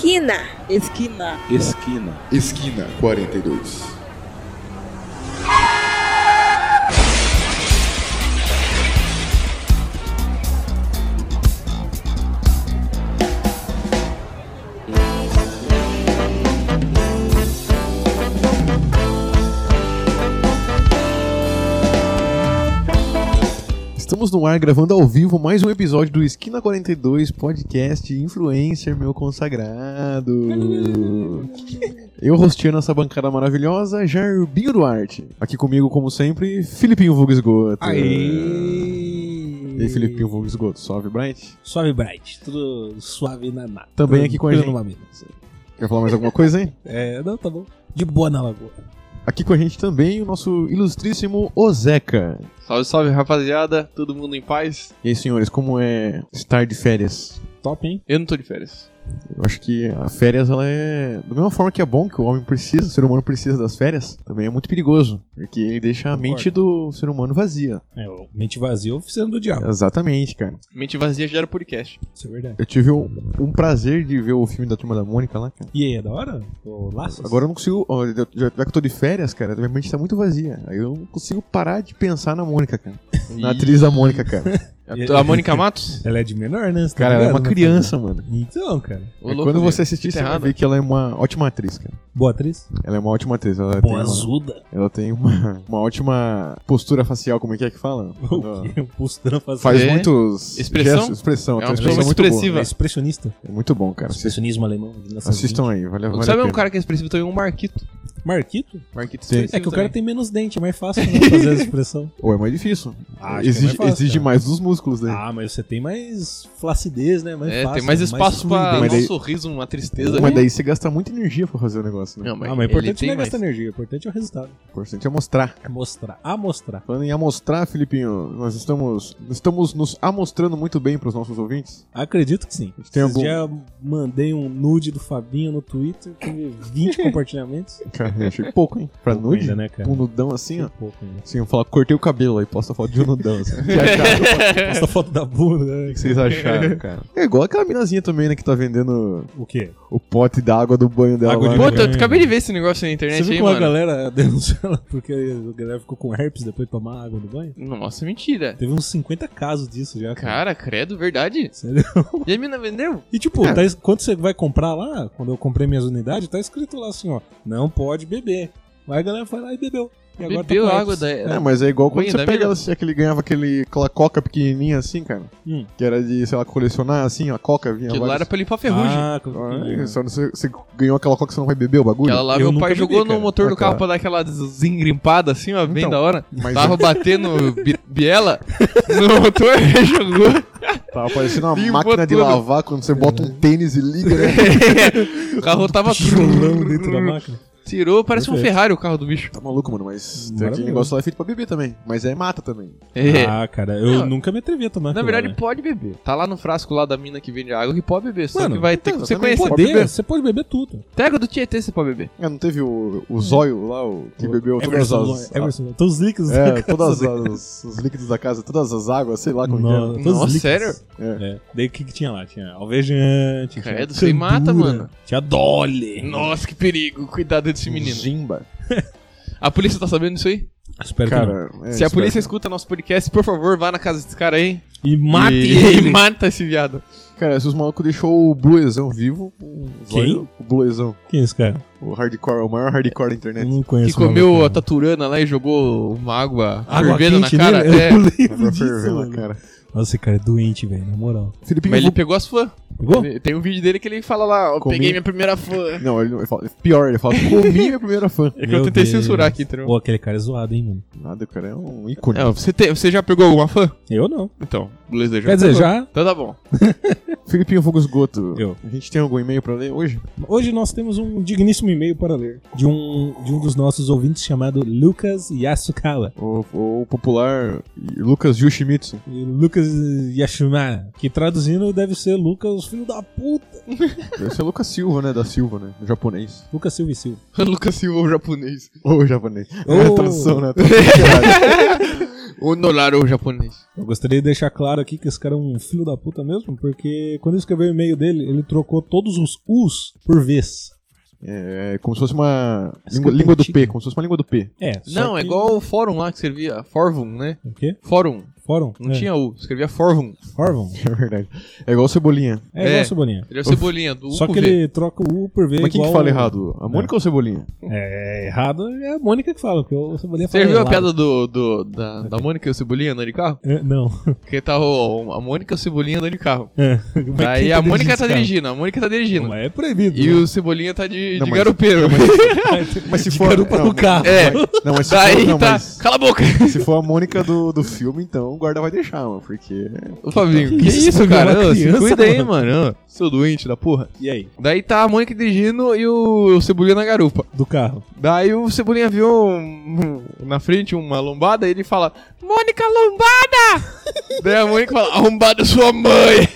Esquina. Esquina. Esquina. Esquina 42. Estamos no ar gravando ao vivo mais um episódio do Esquina 42 Podcast Influencer, meu consagrado. Eu hosteando essa bancada maravilhosa, Jarbinho Duarte. Aqui comigo, como sempre, Filipinho Vulgo Esgoto. Aê! E aí, Filipinho Vulgo Esgoto, suave, Bright? Suave Bright, tudo suave na nada. Também aqui com a gente. Numa vida. Quer falar mais alguma coisa, hein? Não, tá bom. De boa na lagoa. Aqui com a gente também o nosso ilustríssimo Ozeca. Salve, salve, rapaziada. Todo mundo em paz? E aí, senhores, como é estar de férias? Top, hein? Eu não tô de férias. Eu acho que a férias, ela é... Da mesma forma que é bom que o homem precisa, o ser humano precisa das férias, também é muito perigoso. Porque ele deixa a mente do ser humano vazia. Mente vazia, oficina do diabo. Exatamente, cara. Mente vazia gera podcast. Isso é verdade. Eu tive um prazer de ver o filme da Turma da Mônica lá, cara. E aí, é da hora? O Laços? Agora eu não consigo... Já que eu tô de férias, cara, minha mente tá muito vazia. Aí eu não consigo parar de pensar na Mônica, cara. Na atriz da Mônica, cara. A Mônica Matos? Ela é de menor, né? Cara, ela é uma criança, mano. Então, cara. Quando você assistir, você vai ver que ela é uma ótima atriz, cara. Boa atriz? Ela é uma ótima atriz. Boazuda. Ela tem uma ótima postura facial, como é que fala? O quê? Postura facial. Faz muitos Expressão? gestos, expressão. É Tem uma expressão pessoa muito expressiva. boa. É expressionista. É muito bom, cara. Expressionismo alemão. Assistam aí, vale Sabe a um pena. cara que é expressivo também? Um Marquito. Marquito? Marquito Sim. expressivo É que o cara também. tem menos dente, é mais fácil né, fazer essa expressão. Ou é mais difícil. Acho que é mais fácil, exige cara. mais dos músculos daí. Ah, mas você tem mais flacidez, né? Mais É, fácil, tem mais espaço pra Mas dar um daí- sorriso, uma tristeza. Mas daí você gasta muita energia pra fazer o negócio, né? Não, Ah, mas o ele importante tem não é mais. gastar energia, o importante é o resultado. O importante é mostrar. É mostrar. Amostrar. Falando em amostrar, Filipinho, nós estamos nos amostrando muito bem pros nossos ouvintes. Acredito que sim. Tem Esses algum- Já mandei um nude do Fabinho no Twitter, teve 20 compartilhamentos. Cara, eu achei pouco, hein? Pra Pouco nude? ainda, né, cara? Um nudão assim, ó. Pouco ainda. Sim, eu falo, cortei o cabelo aí, posta foto de um nudão, assim. Posta foto da bunda, né? O que vocês acharam, cara? É igual aquela minazinha também, né, que tá vendendo O quê? o pote da água do banho dela. Água lá, de né? Puta, eu banho. acabei de ver esse negócio na Você internet viu aí, como a mano. galera denunciou ela porque a galera ficou com herpes depois de tomar água do banho? Nossa, mentira. Teve uns 50 casos disso já, cara. Cara, credo, verdade. Sério? E a mina vendeu? E tipo, quando você vai comprar lá, quando eu comprei minhas unidades, tá escrito lá assim, ó, não pode beber. Aí a galera foi lá e bebeu. E agora Bebeu tá com água herpes. da... É, mas é igual quando Banho você da pega mina? assim, aquela coca pequenininha assim, cara. Que era de, sei lá, colecionar assim, a coca vinha Aquilo lá era vários... pra limpar ferrugem. Só você ganhou aquela coca, você não vai beber o bagulho? Aquela lá, Eu meu nunca pai bebi, jogou cara. no motor do Aquela- carro pra dar aquela desengrimpada assim, ó, bem Então, da hora. mas Tava eu- batendo biela no motor e jogou. Tava parecendo uma Limpou máquina de tudo. lavar quando você bota um tênis e liga, né? O carro tava Tijolão dentro da máquina. Tirou, parece um Perfeito. Ferrari o carro do bicho. Tá maluco, mano, mas Maravilhoso. aquele negócio lá é feito pra beber também. Mas é mata também. É. Ah, cara, eu Não, nunca me atrevi a tomar Na aquilo verdade, lá, né? pode beber. Tá lá no frasco lá da mina que vende água que pode beber. Só Mano, que vai ter então, que você também conhecer. pode beber. Você pode beber tudo. Até água do Tietê você pode beber. Não teve o zóio lá, o que bebeu todas as... Everson, todos os líquidos É, da todas casa os líquidos da casa, todas as águas, sei lá como Nossa, que todos os Nossa, líquidos. sério? É. Daí o que tinha lá? Tinha alvejante, Credo, tinha você mata, mano. Tinha Dolly. Nossa, que perigo. Cuidado desse é. menino. Zimba. A polícia tá sabendo disso aí? Espero que não. Cara, Se a polícia escuta nosso podcast, por favor, vá na casa desse cara aí. E mate e ele. mata esse viado. Cara, se os malucos deixou o Bluezão vivo, o zóio, o Bluezão, Quem é esse cara? o hardcore, o maior hardcore da Eu internet. não Que conheço. comeu maluco, a taturana lá e jogou uma água Água fervendo na quente cara. nele? É. Eu lembro Pra disso, ferver na mano. cara. Nossa, esse cara é doente, velho, na moral. Filipinho, Mas ele pegou as fãs. Pegou? Tem um vídeo dele que ele fala lá, ó, Comi. peguei minha primeira fã. Não, ele fala, pior, ele fala, comi minha primeira fã. É que Meu eu tentei Deus. censurar aqui, entendeu? Pô, aquele cara é zoado, hein, mano. Nada, o cara é um ícone. É, você já pegou alguma fã? Eu não. Então, beleza, já Quer dizer, pegou. já. Então tá bom. Filipinho Fogo Esgoto, Eu. a gente tem algum e-mail pra ler hoje? Hoje nós temos um digníssimo e-mail para ler. De um dos nossos ouvintes chamado Lucas Yasukawa. O popular Lucas Yoshimitsu. E Lucas Yashimara. Que traduzindo deve ser Lucas, filho da puta. Deve ser Lucas Silva, né? Da Silva, né? No japonês. Lucas Silva e Silva. Lucas Silva, o japonês. Ou japonês. Ô. É a tradução, né? Honorar o japonês. Eu gostaria de deixar claro aqui que esse cara é um filho da puta mesmo, porque quando ele escreveu o e-mail dele, ele trocou todos os U's por V's. É como se fosse uma Essa língua do antiga. P, como se fosse uma língua do P. Só Não, é que- igual o fórum lá que escrevia Forvum, né? O quê? Fórum. Fórum? Não tinha U, escrevia Forvum. Fórum? É verdade. É igual Cebolinha. É igual É. a Cebolinha. Ele é o Cebolinha, do U Só com que V. ele troca o U por V Mas quem igual que fala o- errado? A Mônica ou o Cebolinha? É, errado é a Mônica que fala, porque o Cebolinha Você fala viu a errado. piada da Mônica e o Cebolinha andando de carro? É, não. Porque tá a Mônica e o Cebolinha andando de carro. É. Mas Aí quem a Mônica tá dirigindo dirigindo, Mas é proibido. E né? o Cebolinha tá de Não, mas- garupeiro. Mas se De for garupa no carro. É. Não, mas se Daí for, não, tá. mas Cala a boca! se for a Mônica do filme, então o guarda vai deixar, mano, porque Ô Fabinho, Que que isso, isso, mano? cara? Uma Ô, se criança, cuida aí, mano. mano. Ô, seu doente da porra. E aí? Daí tá a Mônica dirigindo e o Cebolinha na garupa. Do carro. Daí o Cebolinha viu na frente uma lombada e ele fala: Mônica, lombada! Daí a Mônica fala: arrombada sua mãe!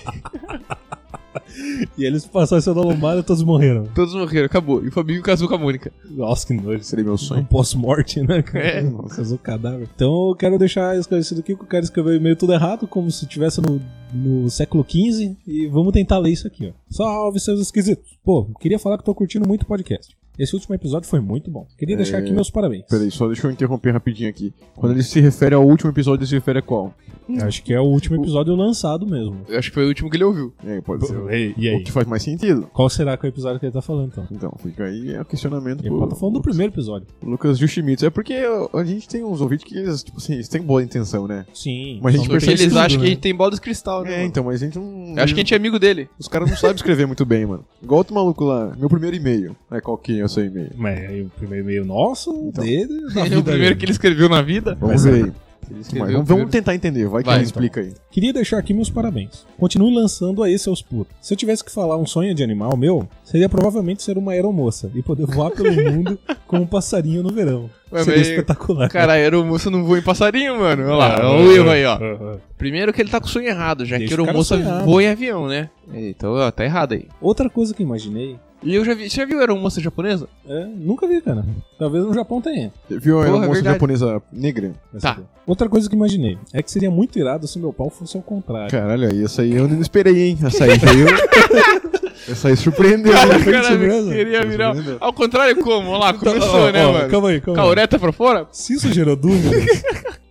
E eles passaram essa da lombada e todos morreram. Todos morreram, acabou. E o Fabinho casou com a Mônica. Nossa, que nojo. seria meu Um sonho. pós-morte, né, cara? É. Nossa, casou cadáver. Então eu quero deixar esclarecido aqui que o cara escreveu o e-mail tudo errado, como se estivesse no século XV. E vamos tentar ler isso aqui, ó. Salve, seus esquisitos. Pô, queria falar que tô curtindo muito o podcast. Esse último episódio foi muito bom. Queria deixar aqui meus parabéns. Peraí, só deixa eu interromper rapidinho aqui. Quando ele se refere ao último episódio, ele se refere a qual? Acho que é o último episódio lançado mesmo. Eu acho que foi o último que ele ouviu. Pode ser. E O que faz mais sentido. Qual será que é o episódio que ele tá falando, então? Então, fica aí o questionamento Ele pode tá falando do primeiro episódio. Lucas Juschimitz. É porque a gente tem uns ouvintes que eles, tipo assim, eles têm boa intenção, né? Sim. Mas a gente só percebe Porque eles tudo, acham que a né? gente tem bola de cristal, né? É, mano? então, mas a gente não... Eu acho que a gente é amigo dele. Os caras não sabem escrever muito bem, mano. Igual outro maluco lá, meu primeiro e-mail. Qual que é o seu e-mail? Mas aí o primeiro e-mail nosso, dele, da Ele é o vida primeiro dele. que ele escreveu na vida. Vamos ver aí. escreveu Vamos primeiro. tentar entender, vai que Vai, ele então. explica aí. Queria deixar aqui meus parabéns. Continue lançando aí, seus putos. Se eu tivesse que falar um sonho de animal meu, seria provavelmente ser uma aeromoça e poder voar pelo mundo como um passarinho no verão. Ué, Seria mas- espetacular. Cara, a aeromoça não voa em passarinho, mano. Olha lá, Ah, olha o erro aí, ó. ah. Primeiro que ele tá com o sonho errado, já Deixa que o cara aeromoça sonhar, voa em avião, né? Então, ó, tá errado aí. Outra coisa que imaginei, E eu já vi. Você já viu aeromoça japonesa? nunca vi, cara. Talvez no Japão tenha. Viu a Porra, moça verdade. japonesa negra? Vai Tá. saber. Outra coisa que imaginei é que seria muito irado se meu pau fosse ao contrário. Caralho, aí essa aí eu não esperei, hein? Essa aí veio... essa aí surpreendeu. Cara, né? isso mesmo? queria virar. Surpreendeu. Ao contrário, como? Olha lá, começou, Ó, né, ó, mano? Calma aí. Caureta pra fora? Se isso gerou dúvidas,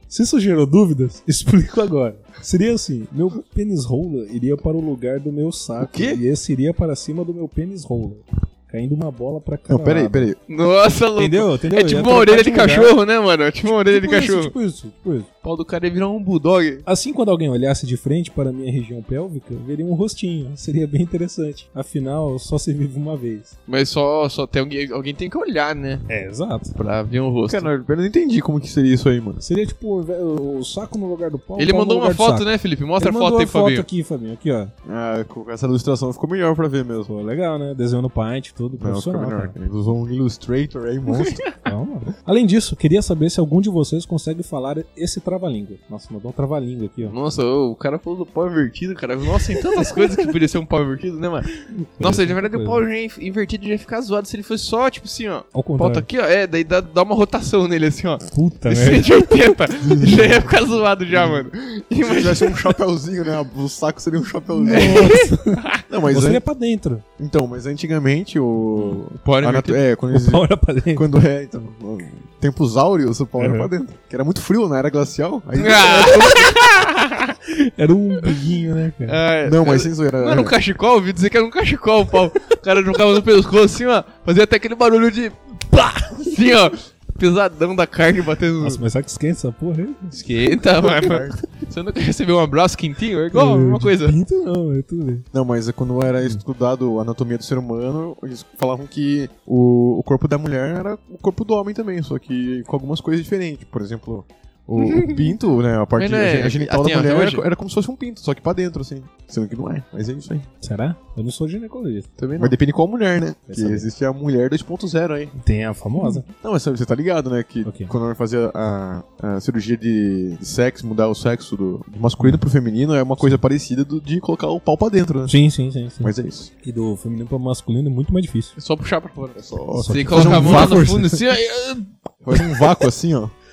explico agora. Seria assim, meu pênis roller iria para o lugar do meu saco. O quê? E esse iria para cima do meu pênis roller. Caindo uma bola pra cada Não, peraí, lado. peraí. Nossa, louco. Entendeu? É Ia tipo uma trocar orelha de lugar. cachorro, né, mano? É tipo uma orelha de Tipo isso, cachorro. tipo isso. O pau do cara ia virar um bulldog. Assim, quando alguém olhasse de frente para a minha região pélvica, veria um rostinho. Seria bem interessante. Afinal, só se vive uma vez. Mas só tem alguém tem que olhar, né? É, exato. Pra ver um rosto. Cara, eu não entendi como que seria isso aí, mano. Seria tipo o saco no lugar do pau. Ele o pau mandou no uma lugar do foto, saco. né, Felipe? Mostra Ele a foto mandou aí, a foto Fabinho. aqui, Fabinho. Aqui, ó. Ah, com essa ilustração ficou melhor pra ver mesmo. Pô, legal, né? Desenho no Paint, tudo Não, ficou profissional, melhor. cara. Ele usou um Illustrator aí, monstro. Não, mano. Além disso, queria saber se algum de vocês consegue falar esse trava-língua. Nossa, mandou um trava-língua aqui, ó. Nossa, o cara falou do pau invertido, cara. Nossa, tem tantas coisas que podia ser um pau invertido, né, mano? Nossa, na verdade o pau já invertido já ia ficar zoado se ele fosse só, tipo assim, ó. Ao O pau contrário. tá aqui, ó. Daí dá uma rotação nele, assim, ó. Puta, De merda. 180. Já ia ficar zoado já, mano. Se tivesse um chapéuzinho, né? O saco seria um chapéuzinho. Nossa. Não, mas Você ia pra dentro. então, mas antigamente o pau era invertido. quando O pau era pra dentro. quando então, no tempos áureos, o pau era Uhum. pra dentro. Que era muito frio na era glacial. Aí, Era um biguinho, né, cara? Ah, não, mas sem zoeira. não era um cachecol? Eu ouvi dizer que era um cachecol o pau. O cara jogava no pescoço assim, ó. Fazia até aquele barulho de pá! Assim, ó. Pesadão da carne batendo no... Nossa, mas sabe que esquenta essa porra aí? Esquenta, mano. Você nunca recebeu um abraço quentinho? É igual, uma De coisa. Pinto não, é tudo bem. Não, mas quando era estudado a anatomia do ser humano, eles falavam que o corpo da mulher era o corpo do homem também, só que com algumas coisas diferentes. Por exemplo, o pinto, né, a parte Mas não é- a genital da assim, ó, mulher até hoje- era como se fosse um pinto, só que pra dentro, assim. Sendo que não é, mas é isso aí. Será? Eu não sou ginecologista. Também não. Mas depende qual mulher, né? Vai Que saber. existe a mulher 2.0 aí. Tem a famosa. Não, mas você tá ligado, né? Que O quê? quando vai fazer a cirurgia de sexo, mudar o sexo do masculino pro feminino, é uma coisa parecida de colocar o pau pra dentro, né? Sim. Mas é isso. E do feminino pra masculino é muito mais difícil. É só puxar pra fora. É só Você fazer coloca a um mão lá vácuo, no fundo assim, ó. e- faz um vácuo assim, ó.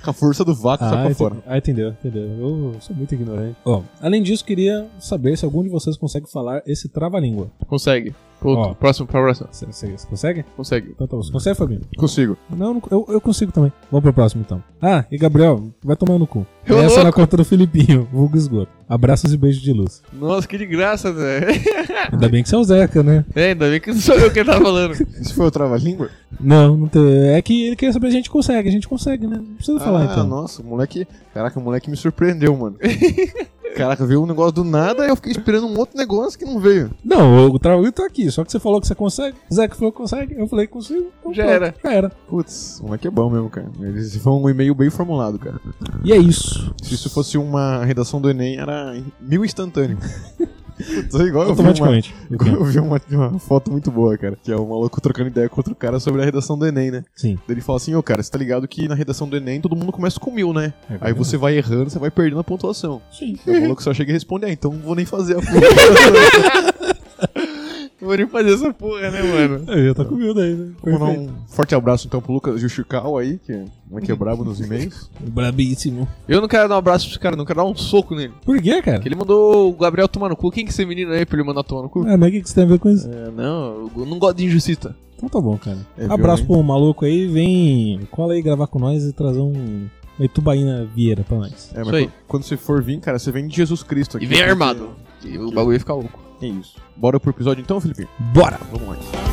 Com a força do vácuo sai pra fora. Entendeu. Eu sou muito ignorante. Ó, além disso, queria saber se algum de vocês consegue falar esse trava-língua. Consegue. Ó. Próximo. Você consegue? Consegue. Então tá, você consegue, Fabinho? Consigo. Não, eu consigo também. Vamos pro próximo, então. Ah, e Gabriel, vai tomar no cu. Ô, Essa é na louco. conta do Filipinho, vulgo esgoto. Abraços e beijos de luz. Nossa, que de graça, velho. Ainda bem que você é o Zeca, né? Ainda bem que não sou eu quem tá falando. Isso foi o trava-língua? Não tem. É que ele quer saber se a gente consegue, né? Não precisa falar, então. Nossa, o moleque... Caraca, o moleque me surpreendeu, mano. Caraca, veio um negócio do nada e eu fiquei esperando um outro negócio que não veio. Não, o trava-língua tá aqui, só que você falou que você consegue. O Zeca falou que consegue, eu falei que consigo. Então Já pronto, era. Já era. Putz, o moleque é bom mesmo, cara. Eles foi um e-mail bem formulado, cara. E é isso. Se isso fosse uma redação do Enem, era 1000 instantâneo. Putz, igual Automaticamente. Eu vi uma foto muito boa, cara. Que é o maluco trocando ideia com outro cara sobre a redação do Enem, né? Sim. Daí ele fala assim, ô cara, você tá ligado que na redação do Enem todo mundo começa com 1000, né? É Aí verdade. você vai errando, você vai perdendo a pontuação. Sim. Aí o maluco só chega e responde, então não vou nem fazer a porra. Não vou nem fazer essa porra, né, mano? Já tá comigo daí, né? Vou dar um forte abraço então pro Lucas Justical aí, que é brabo nos e-mails. Brabíssimo. Eu não quero dar um abraço pra esse cara, não quero dar um soco nele. Por quê, cara? Porque ele mandou o Gabriel tomar no cu. Quem que é esse menino aí pra ele mandar tomar no cu? Ah, mas o que você tem a ver com isso? Não, eu não gosto de injustiça. Então tá bom, cara. É, Abraço viu, pro maluco aí, vem. Cola aí gravar com nós e trazer uma Itubaína Vieira pra nós. É, mas Isso aí. quando você for vir, cara, você vem de Jesus Cristo aqui. E vem porque- armado. E o bagulho ia ficar louco. É isso. Bora pro episódio então, Felipe? Bora! Vamos lá.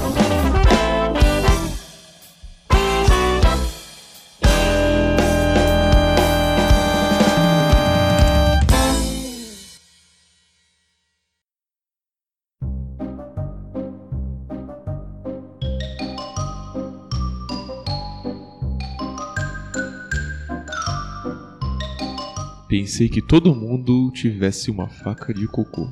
Pensei que todo mundo tivesse uma faca de cocô.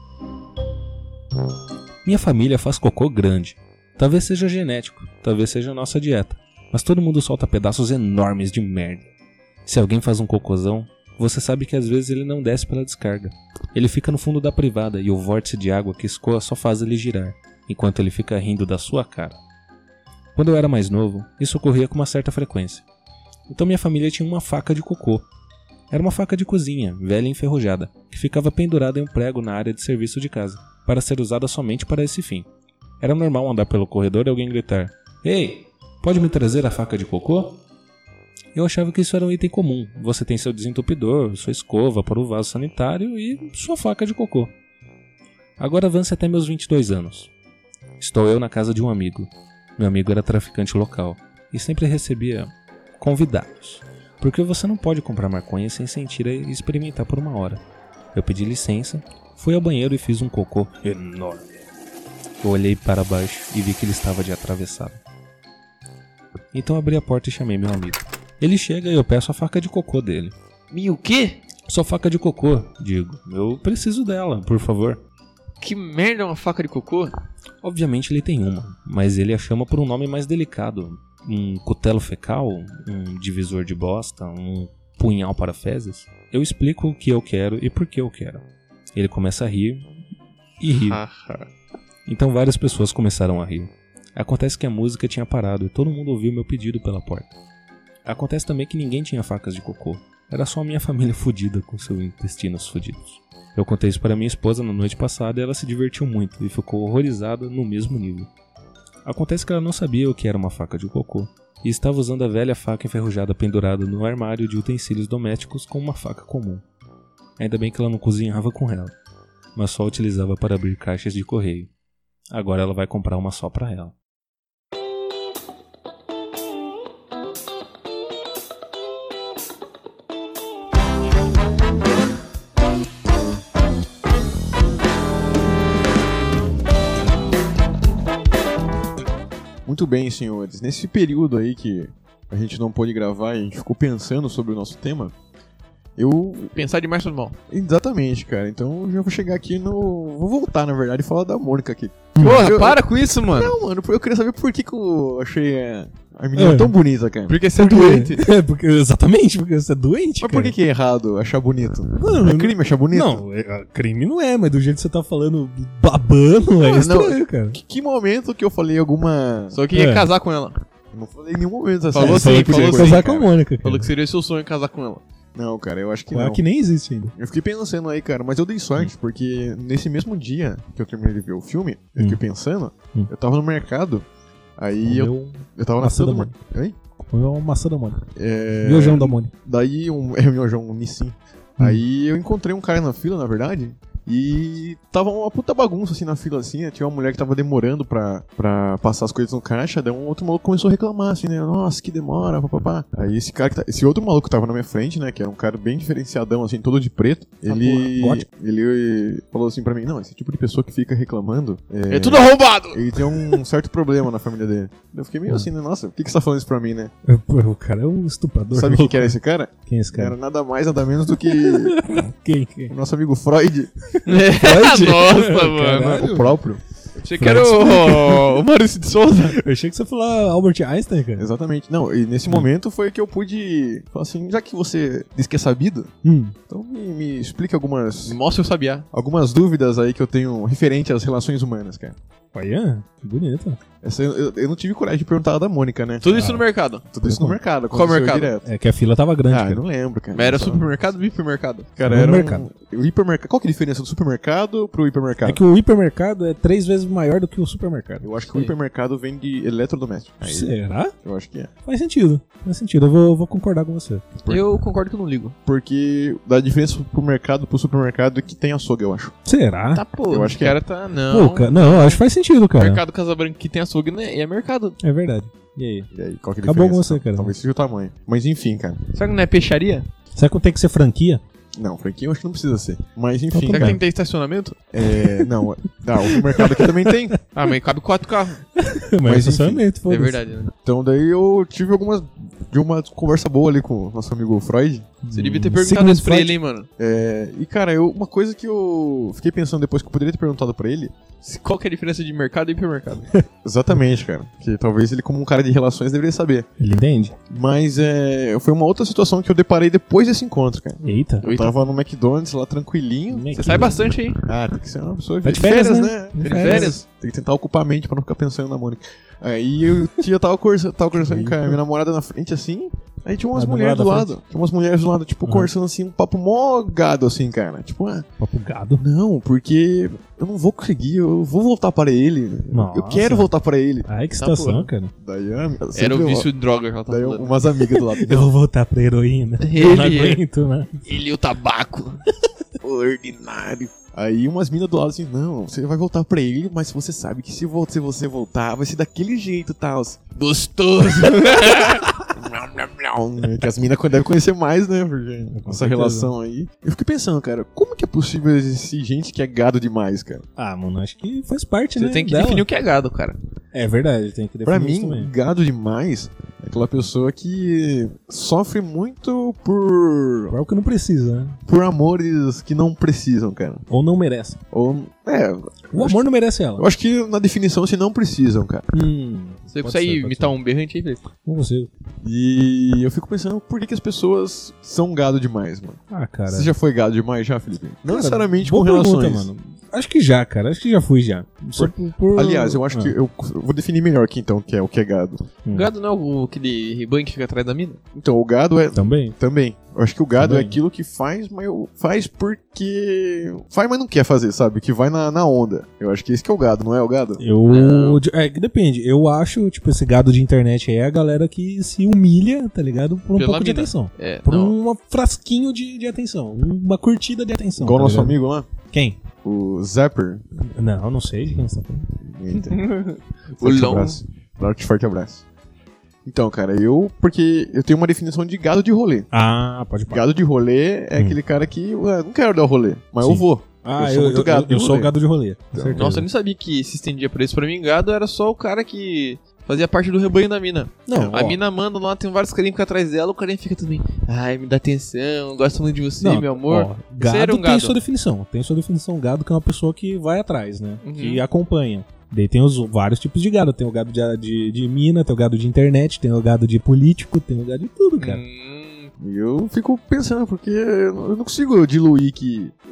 Minha família faz cocô grande. Talvez seja genético, talvez seja a nossa dieta. Mas todo mundo solta pedaços enormes de merda. Se alguém faz um cocôzão, você sabe que às vezes ele não desce pela descarga. Ele fica no fundo da privada e o vórtice de água que escoa só faz ele girar, enquanto ele fica rindo da sua cara. Quando eu era mais novo, isso ocorria com uma certa frequência. Então minha família tinha uma faca de cocô. Era uma faca de cozinha, velha e enferrujada, que ficava pendurada em um prego na área de serviço de casa, para ser usada somente para esse fim. Era normal andar pelo corredor e alguém gritar: "Ei, pode me trazer a faca de cocô?" Eu achava que isso era um item comum. Você tem seu desentupidor, sua escova para o vaso sanitário e sua faca de cocô. Agora avance até meus 22 anos. Estou eu na casa de um amigo. Meu amigo era traficante local e sempre recebia convidados. Porque você não pode comprar maconha sem sentir e experimentar por uma hora. Eu pedi licença, fui ao banheiro e fiz um cocô enorme. Eu olhei para baixo e vi que ele estava de atravessado. Então abri a porta e chamei meu amigo. Ele chega e eu peço a faca de cocô dele. E o quê? Sua faca de cocô, digo. Eu preciso dela, por favor. Que merda é uma faca de cocô? Obviamente ele tem uma, mas ele a chama por um nome mais delicado. Um cutelo fecal, um divisor de bosta, um punhal para fezes. Eu explico o que eu quero e por que eu quero. Ele começa a rir e rir. Então várias pessoas começaram a rir. Acontece que a música tinha parado e todo mundo ouviu meu pedido pela porta. Acontece também que ninguém tinha facas de cocô. Era só a minha família fudida com seus intestinos fudidos. Eu contei isso para minha esposa na noite passada e ela se divertiu muito e ficou horrorizada no mesmo nível. Acontece que ela não sabia o que era uma faca de cocô e estava usando a velha faca enferrujada pendurada no armário de utensílios domésticos com uma faca comum. Ainda bem que ela não cozinhava com ela, mas só utilizava para abrir caixas de correio. Agora ela vai comprar uma só para ela. Muito bem, senhores. Nesse período aí que a gente não pôde gravar e a gente ficou pensando sobre o nosso tema, Pensar demais faz mal. Exatamente, cara. Então eu já vou chegar aqui no... Vou voltar, na verdade, e falar da Mônica aqui. Porra, para com isso, mano. Não, mano, eu queria saber por que eu achei a menina tão bonita, cara. Porque você é doente. Exatamente, porque você é doente, Mas por cara. que é errado achar bonito? Não, É crime achar bonito? Não, crime não é, mas do jeito que você tá falando, babando, é Ah, não. estranho, cara. Que momento que eu falei alguma... Só que ia casar com ela. Eu não falei em nenhum momento assim. Falou Você sim, podia falou casar sim, com a cara. Mônica, cara. Falou que seria seu sonho casar com ela. Não, cara, eu acho que Ué, não. que nem existe ainda. Eu fiquei pensando aí, cara, mas eu dei sorte, porque nesse mesmo dia que eu terminei de ver o filme, eu fiquei pensando, eu tava no mercado, aí eu tava na maçã fila da do Mônica. mercado. Oi? Comeu uma maçã da Mônica. É... Miojão da Mônica. Daí é o miojão, um Nissin. Aí eu encontrei um cara na fila, na verdade, e tava uma puta bagunça assim na fila, assim, né? Tinha uma mulher que tava demorando pra passar as coisas no caixa, daí um outro maluco começou a reclamar, assim, né? Nossa, que demora, papapá. Aí esse outro maluco que tava na minha frente, né? Que era um cara bem diferenciadão, assim, todo de preto, ele falou assim pra mim, não, esse tipo de pessoa que fica reclamando, É tudo arrombado! ele tem um certo problema na família dele. Eu fiquei meio assim, né? Nossa, por que você tá falando isso pra mim, né? O cara é um estuprador. Sabe quem que era esse cara? Quem é esse cara? Era nada mais, nada menos do que Quem? o nosso amigo Freud, Nossa, mano. o próprio. Achei que era o Maurício de Souza. Eu achei que você ia falar Albert Einstein, cara. Exatamente. Não, e nesse momento foi que eu pude falar assim, já que você diz que é sabido, então me explique Mostra o sabiá. algumas dúvidas aí que eu tenho referente às relações humanas, cara. Olha, que bonito. Essa eu não tive coragem de perguntar da Mônica, né? Tudo isso no mercado. Tudo isso no mercado. Qual aconteceu mercado? Direto. É que a fila tava grande, Ah, eu cara. não lembro, cara. Mas era Só- supermercado ou hipermercado? Cara, No era mercado. o hipermercado. Qual que é a diferença do supermercado pro hipermercado? É que o hipermercado é 3 vezes maior do que o supermercado. Eu acho que o hipermercado vende eletrodoméstico. Aí, Será? eu acho que é. Faz sentido. Faz sentido. Eu vou concordar com você. Eu concordo que eu não ligo. Porque da diferença pro mercado pro supermercado é que tem açougue, eu acho. Será? Tá, pô. Eu o acho que cara é. tá... Não. Pô, não, acho que faz sentido, cara. Mercado Casabranca que tem açougue, né? E é mercado. É verdade. E aí? E aí, qual que é a Acabou diferença? com você, cara. Talvez seja o tamanho. Mas enfim, cara. Será que não é peixaria? Será que tem que ser franquia? Não, franquia eu acho que não precisa ser. Mas Então enfim, tá Será que cara. tem que ter estacionamento? Não, o mercado aqui também tem. Ah, mas cabe 4 carros. Mas, estacionamento, É foda-se. verdade, né? Então daí eu tive uma conversa boa ali com o nosso amigo Freud. Você devia ter perguntado Sigmund isso pra Freud. ele, hein, mano. E cara, uma coisa que eu fiquei pensando depois que eu poderia ter perguntado pra ele. Qual que é a diferença de mercado e hipermercado? Exatamente, cara. Que talvez ele, como um cara de relações, deveria saber. Ele entende? Mas foi uma outra situação que eu deparei depois desse encontro, cara. Eita. Eu tava no McDonald's lá tranquilinho. Você sai bastante aí. Ah, tem que ser uma pessoa Tá de férias, né? né? De Tem férias. Tem que tentar ocupar a mente pra não ficar pensando na Mônica. Aí eu tava conversando com a minha namorada na frente, assim. Aí tinha umas A mulheres namorada do da lado. Tinha umas mulheres do lado, tipo, conversando assim, um papo mó gado, assim, cara. Tipo, Papo gado. não, porque eu não vou conseguir, eu vou voltar para ele. Nossa. Eu quero voltar para ele. Ai, que Tá, situação, pô. cara. Daí Era o vício de droga que ela tava Daí falando. umas amigas do lado. Eu vou voltar pra heroína. Eu não aguento, né? Ele e o tabaco. Ordinário. Aí umas minas do lado assim, não, você vai voltar pra ele, mas você sabe que se você voltar, vai ser daquele jeito, tal. Gostoso. Que as minas devem conhecer mais, né? Porque essa certeza. relação aí. Eu fiquei pensando, cara, como que é possível existir gente que é gado demais, cara? Ah, mano, acho que faz parte, Você né? tem que dela. definir o que é gado, cara. É verdade, tem que definir Pra isso mim, também. gado demais é aquela pessoa que sofre muito por Qual que não precisa, né? amores que não precisam, cara. Ou não merece. Ou, O amor não merece ela. eu acho que na definição se não precisam, cara. Você Pode consegue ser, pode imitar ser. um berrante aí, Felipe? Não consigo. E eu fico pensando por que as pessoas são gado demais, mano. Ah, cara. Você já foi gado demais já, Felipe? Não Cara, necessariamente boa com relações. pergunta, mano. Acho que já, cara. Acho que já fui já. Só por- Aliás, eu acho que eu vou definir melhor aqui então o que é gado. Gado não é aquele rebanho que fica atrás da mina? Então, o gado é Também. também. Eu acho que o gado Também. é aquilo que faz, mas faz porque faz, mas não quer fazer, sabe? Que vai na onda. Eu acho que esse que é o gado, não é o gado? É que depende. Eu acho, tipo, esse gado de internet aí é a galera que se humilha, tá ligado? Por um Pela pouco de mina. atenção. É, Por não. um frasquinho de atenção. Uma curtida de atenção. Igual o tá nosso ligado? amigo lá, Quem? o Zapper. Não, não sei de quem você tá falando. Eita. O Forte Long. abraço. Forte abraço. Então, cara, porque eu tenho uma definição de gado de rolê. Ah, pode parar. Gado de rolê é aquele cara que, ué, não quero dar o rolê, mas eu Sim. vou. Ah, eu sou muito gado de eu sou rolê. o gado de rolê. com certeza. Nossa, eu nem sabia que se estendia pra isso. Pra mim, gado era só o cara que fazia parte do rebanho da mina. Não, A ó. mina manda lá, tem vários carinhos que ficam atrás dela, o carinha fica também. Ai, me dá atenção, gosto muito de você, Não, meu amor. ó, Você era gado um tem gado. sua definição. Tem sua definição gado, que é uma pessoa que vai atrás, né? Uhum. Que acompanha. Daí tem os vários tipos de gado. Tem o gado de mina, tem o gado de internet, tem o gado de político, tem o gado de tudo, cara. E eu fico pensando, porque eu não consigo diluir que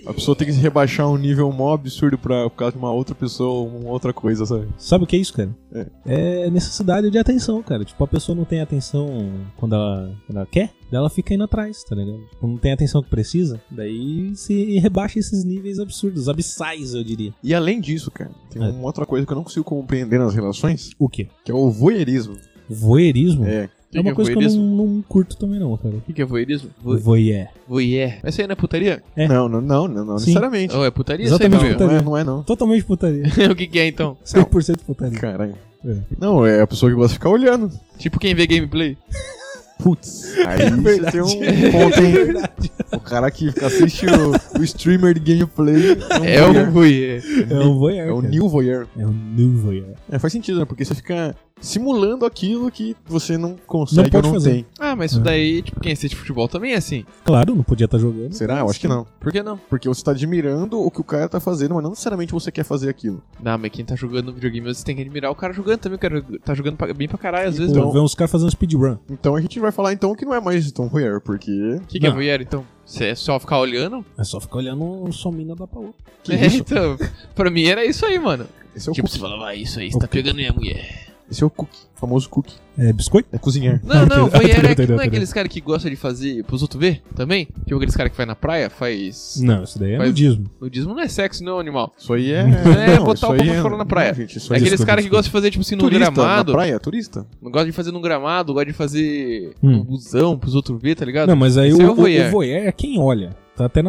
A pessoa tem que se rebaixar um nível mó absurdo por causa de uma outra pessoa, uma outra coisa, sabe? Sabe o que é isso, cara? É necessidade de atenção, cara. Tipo, a pessoa não tem atenção quando ela quer, daí ela fica indo atrás, tá ligado? Tipo, não tem a atenção que precisa, daí se rebaixa esses níveis absurdos, abissais, eu diria. E além disso, cara, tem uma outra coisa que eu não consigo compreender nas relações, O quê? que é o voyeurismo. Voyeurismo? É. É uma coisa que eu não curto também não, cara. O que é voyeurismo? Voyeur. Voyeur. Mas isso aí não é putaria? É. Não necessariamente. Ou é putaria? Exatamente Isso aí, putaria. Não é não. Totalmente putaria. o que é então? 100% putaria. Caralho. É. Não, é a pessoa que gosta de ficar olhando. Tipo quem vê gameplay. Putz, aí você tem um ponto, hein? O cara que assiste o streamer de gameplay É um voyeur. É um voyeur. É o cara. new voyeur. É um new voyeur. É, faz sentido, né? Porque você fica simulando aquilo que você não consegue Não pode ou não fazer. tem. Ah, mas isso daí, tipo, quem assiste futebol também é assim. Claro, não podia estar jogando. Será? Eu acho que não. Por que não? Porque você tá admirando o que o cara tá fazendo, mas não necessariamente você quer fazer aquilo. Não, mas quem tá jogando videogame, você tem que admirar o cara jogando também. O cara tá jogando bem pra caralho, às vezes. Pô, Não. vê uns caras fazendo speedrun. Então a gente vai falar então que não é mais tão voyeur, porque... O que é Não. voyeur, então? Você é só ficar olhando? É só ficar olhando só mina da pra outra. Que isso? Então, pra mim era isso aí, mano. Esse é o Tipo, cookie. você falava, isso aí, você tá pegando minha mulher. Esse é o cookie. O famoso cookie. É biscoito? É cozinhar. Não, Entendeu, voyeur entendeu, não é entendeu. aqueles caras que gostam de fazer pros outros ver também? Tipo aqueles caras que vai na praia, faz... Não, isso daí é Mas- nudismo. Nudismo não é sexo, não, animal. Isso aí é... É, não, botar isso o aí pau pra fora na praia. Não, gente, isso É aí aqueles Desculpa, caras que desculpa. gostam de fazer, tipo assim, no turista, gramado. na praia, turista. Gosta de fazer no gramado, gosta de fazer no busão pros outros ver, tá ligado? Não, mas aí Esse o, é o voyeur. o voyeur é quem olha. Tá até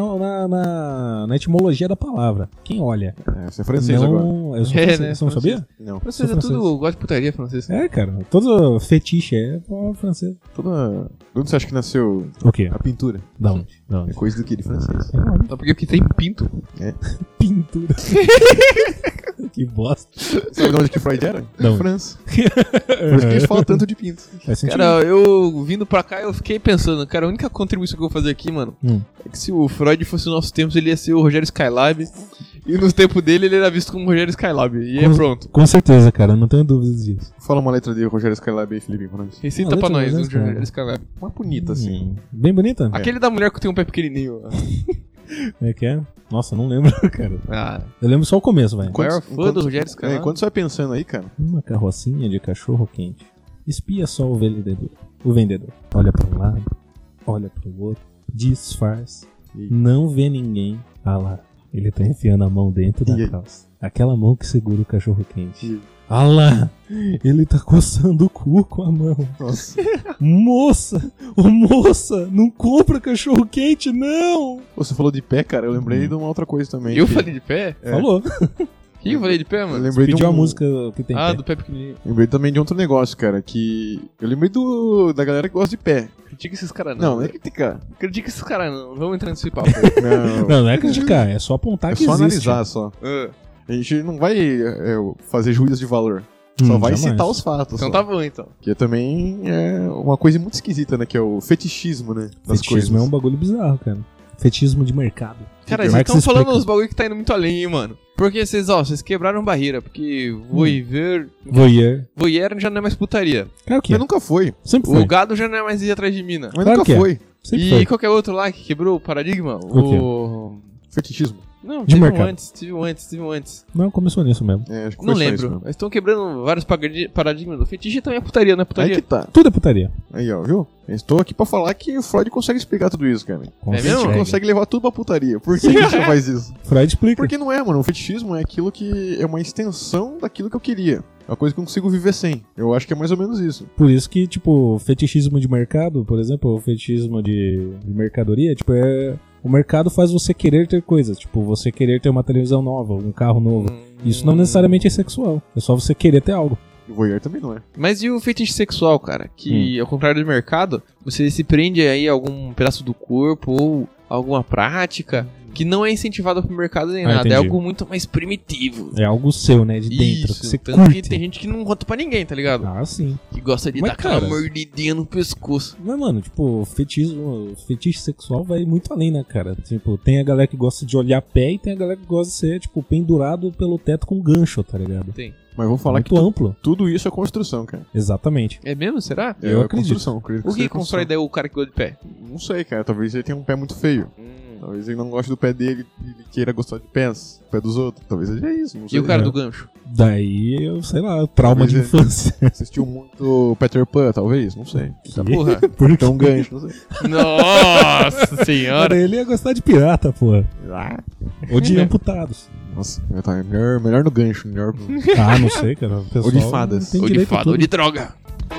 na etimologia da palavra. Quem olha. É, você é francês agora. Não, eu sou É, francês. né, Você não sabia? Não. Francês é Sou tudo, francês. gosta de putaria francês. É, cara. Todo fetiche é francês. Toda... De onde você acha que nasceu O quê? a pintura? Da onde? Da É onde? coisa do que? De francês. Só porque tem pinto. Pintura. Que bosta. Sabe de onde que Freud era? Não. França. Por isso que eles falam tanto de pinto. Faz sentido. Cara, eu vindo pra cá, eu fiquei pensando, cara, a única contribuição que eu vou fazer aqui, mano, é que se o Freud fosse nos nossos tempos, ele ia ser o Rogério Skylab. E no tempo dele, ele era visto como Rogério Skylab. E é pronto. Com certeza, cara. Não tenho dúvidas disso. Fala uma letra de Rogério Skylab aí, Felipe, pra nós. Recita Uma pra letra nós, do um Skylab. Rogério Skylab. Uma bonita, assim. Bem bonita? Aquele da mulher que tem um pé pequenininho. É que é? Nossa, não lembro, cara. Ah, Eu lembro só o começo, vai. maior fã do Rogério Skylab. Enquanto você vai pensando aí, cara, Uma carrocinha de cachorro quente. Espia só o vendedor. O vendedor. Olha para um lado, olha para o outro, disfarça. Não vê ninguém. Ah lá, ele tá enfiando a mão dentro E da aí? calça. Aquela mão que segura o cachorro quente. E aí? Ah lá, ele tá coçando o cu com a mão. nossa. Moça, ô moça, não compra cachorro quente, não! Você falou de pé, cara, eu lembrei de uma outra coisa também. Eu que- falei de pé? É. Falou. Quem eu falei de pé, Eu mano? lembrei de Pediu um... a música que tem Ah, pé. do pé pequenininho. Lembrei também de outro negócio, cara, que... Eu lembrei da galera que gosta de pé. Critica esses caras não. Não é criticar. Critica esses caras não. Vamos entrar nesse papo. Não, Não é criticar, é só apontar é que só existe. analisar, só. Ah, A gente não vai fazer juízo de valor. Só vai jamais. citar os fatos. então só. tá bom, então. Que também é uma coisa muito esquisita, né? Que é o fetichismo, né? Das Fetichismo é um bagulho bizarro, cara. Fetichismo de mercado. Cara, Marx vocês estão falando explica. uns bagulho que tá indo muito além, hein, mano. Porque vocês quebraram barreira. Porque Voyeur. voyeur já não é mais putaria. Claro que é. Mas nunca foi. Sempre foi. O gado já não é mais ir atrás de mina. Mas Claro que nunca é. foi. Sempre E foi. qualquer outro lá que quebrou o paradigma? O Fetichismo. Não, De tive um mercado. antes, tive um antes. Não, começou nisso mesmo. É, acho que Não foi só lembro. isso, né? Mas estão quebrando vários paradigmas. O fetiche também é putaria, não é Aí putaria? que tá. Tudo é putaria. Aí, ó, viu? Eu estou aqui pra falar que o Freud consegue explicar tudo isso, cara. É A gente mesmo? consegue levar tudo pra putaria. Por que a gente faz isso? Freud explica. Porque não é, mano. O fetichismo é aquilo que é uma extensão daquilo que eu queria. É uma coisa que eu consigo viver sem. Eu acho que é mais ou menos isso. Por isso que, tipo, fetichismo de mercado, por exemplo, o fetichismo de mercadoria, tipo, o mercado faz você querer ter coisas. Tipo, você querer ter uma televisão nova, um carro novo. Isso não necessariamente é sexual. É só você querer ter algo. O voyeur também não é. Mas e o fetiche sexual, cara? Que, ao contrário do mercado, você se prende aí a algum pedaço do corpo ou alguma prática que não é incentivada pro mercado nem nada. entendi. É algo muito mais primitivo. É algo seu, né? De dentro. Isso, Que você tanto curte. que tem gente que não conta pra ninguém, tá ligado? Ah, sim. Que gosta de Mas, dar aquela cara, mordidinha no pescoço. Mas, mano, tipo, fetiche sexual vai muito além, né, cara? Tipo, tem a galera que gosta de olhar pé e tem a galera que gosta de ser, tipo, pendurado pelo teto com gancho, tá ligado? Tem. Mas vou falar Muito que amplo. tudo isso é construção, cara. Exatamente. É mesmo? Será? Eu é acredito. Construção, acredito O que seja constrói construção. daí o cara que gosta de pé? Não sei, cara. Talvez ele tenha um pé muito feio. Talvez ele não goste do pé dele e ele queira gostar de pés, do pé dos outros. Talvez seja isso, não sei. E o cara do gancho? Daí, eu sei lá, trauma Talvez de infância. Assistiu muito Peter Pan, talvez, não sei. Essa porra. Por quê? Então gancho, não sei. Nossa senhora. Ele ia gostar de pirata, porra. Ou de amputados. Nossa, tá melhor no gancho, melhor. Ah, não sei, cara. O pessoal Ou de fadas. tem Ou de direito a fada, ou tudo. de droga.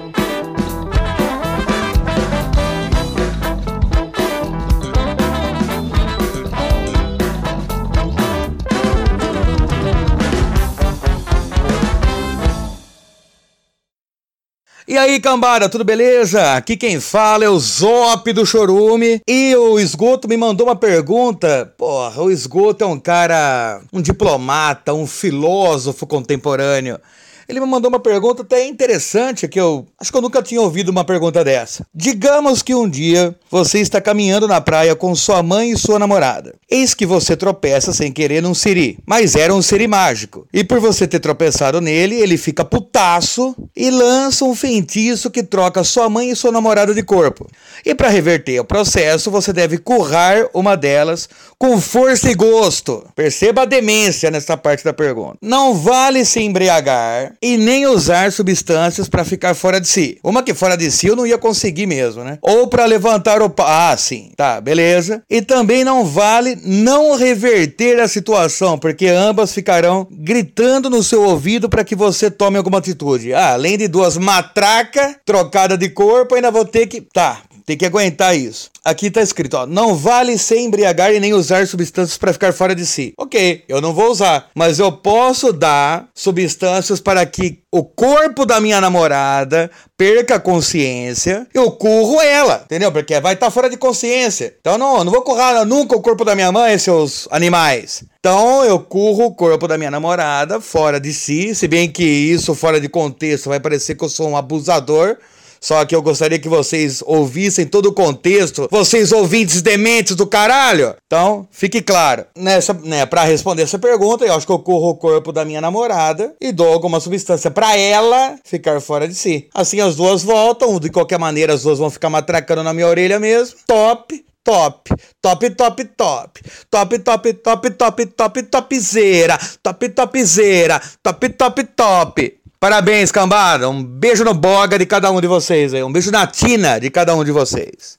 E aí, cambada, tudo beleza? Aqui quem fala é o Zop do Chorume. E o Esgoto me mandou uma pergunta. Porra, o Esgoto é um cara, um diplomata, um filósofo contemporâneo. Ele me mandou uma pergunta até interessante, que eu acho que eu nunca tinha ouvido uma pergunta dessa. Digamos que um dia você está caminhando na praia com sua mãe e sua namorada. Eis que você tropeça sem querer num siri, mas era um siri mágico. E por você ter tropeçado nele, ele fica putaço e lança um feitiço que troca sua mãe e sua namorada de corpo. E para reverter o processo, você deve currar uma delas com força e gosto. Perceba a demência nessa parte da pergunta. Não vale se embriagar e nem usar substâncias pra ficar fora de si. Uma que fora de si eu não ia conseguir mesmo, né? Ou pra levantar o pau. Ah, sim. Tá, beleza. E também não vale não reverter a situação, porque ambas ficarão gritando no seu ouvido pra que você tome alguma atitude. Ah, além de duas matracas trocadas de corpo, ainda vou ter que... Tá. Tem que aguentar isso. Aqui tá escrito, ó, não vale se embriagar e nem usar substâncias para ficar fora de si. Ok, eu não vou usar, mas eu posso dar substâncias para que o corpo da minha namorada perca a consciência, eu curro ela, entendeu? Porque vai estar fora de consciência. Então não vou currar nunca o corpo da minha mãe, seus animais. Então eu curro o corpo da minha namorada fora de si, se bem que isso fora de contexto vai parecer que eu sou um abusador. Só que eu gostaria que vocês ouvissem todo o contexto, vocês ouvintes dementes do caralho. Então, fique claro. Pra responder essa pergunta, eu acho que eu corro o corpo da minha namorada e dou alguma substância pra ela ficar fora de si. Assim as duas voltam, de qualquer maneira as duas vão ficar matracando na minha orelha mesmo. Top. Top, top, top, top, top, top, top, top, top, topzera, top, topzera, top, top, top. Parabéns, cambada. Um beijo no boga de cada um de vocês aí. Um beijo na tina de cada um de vocês.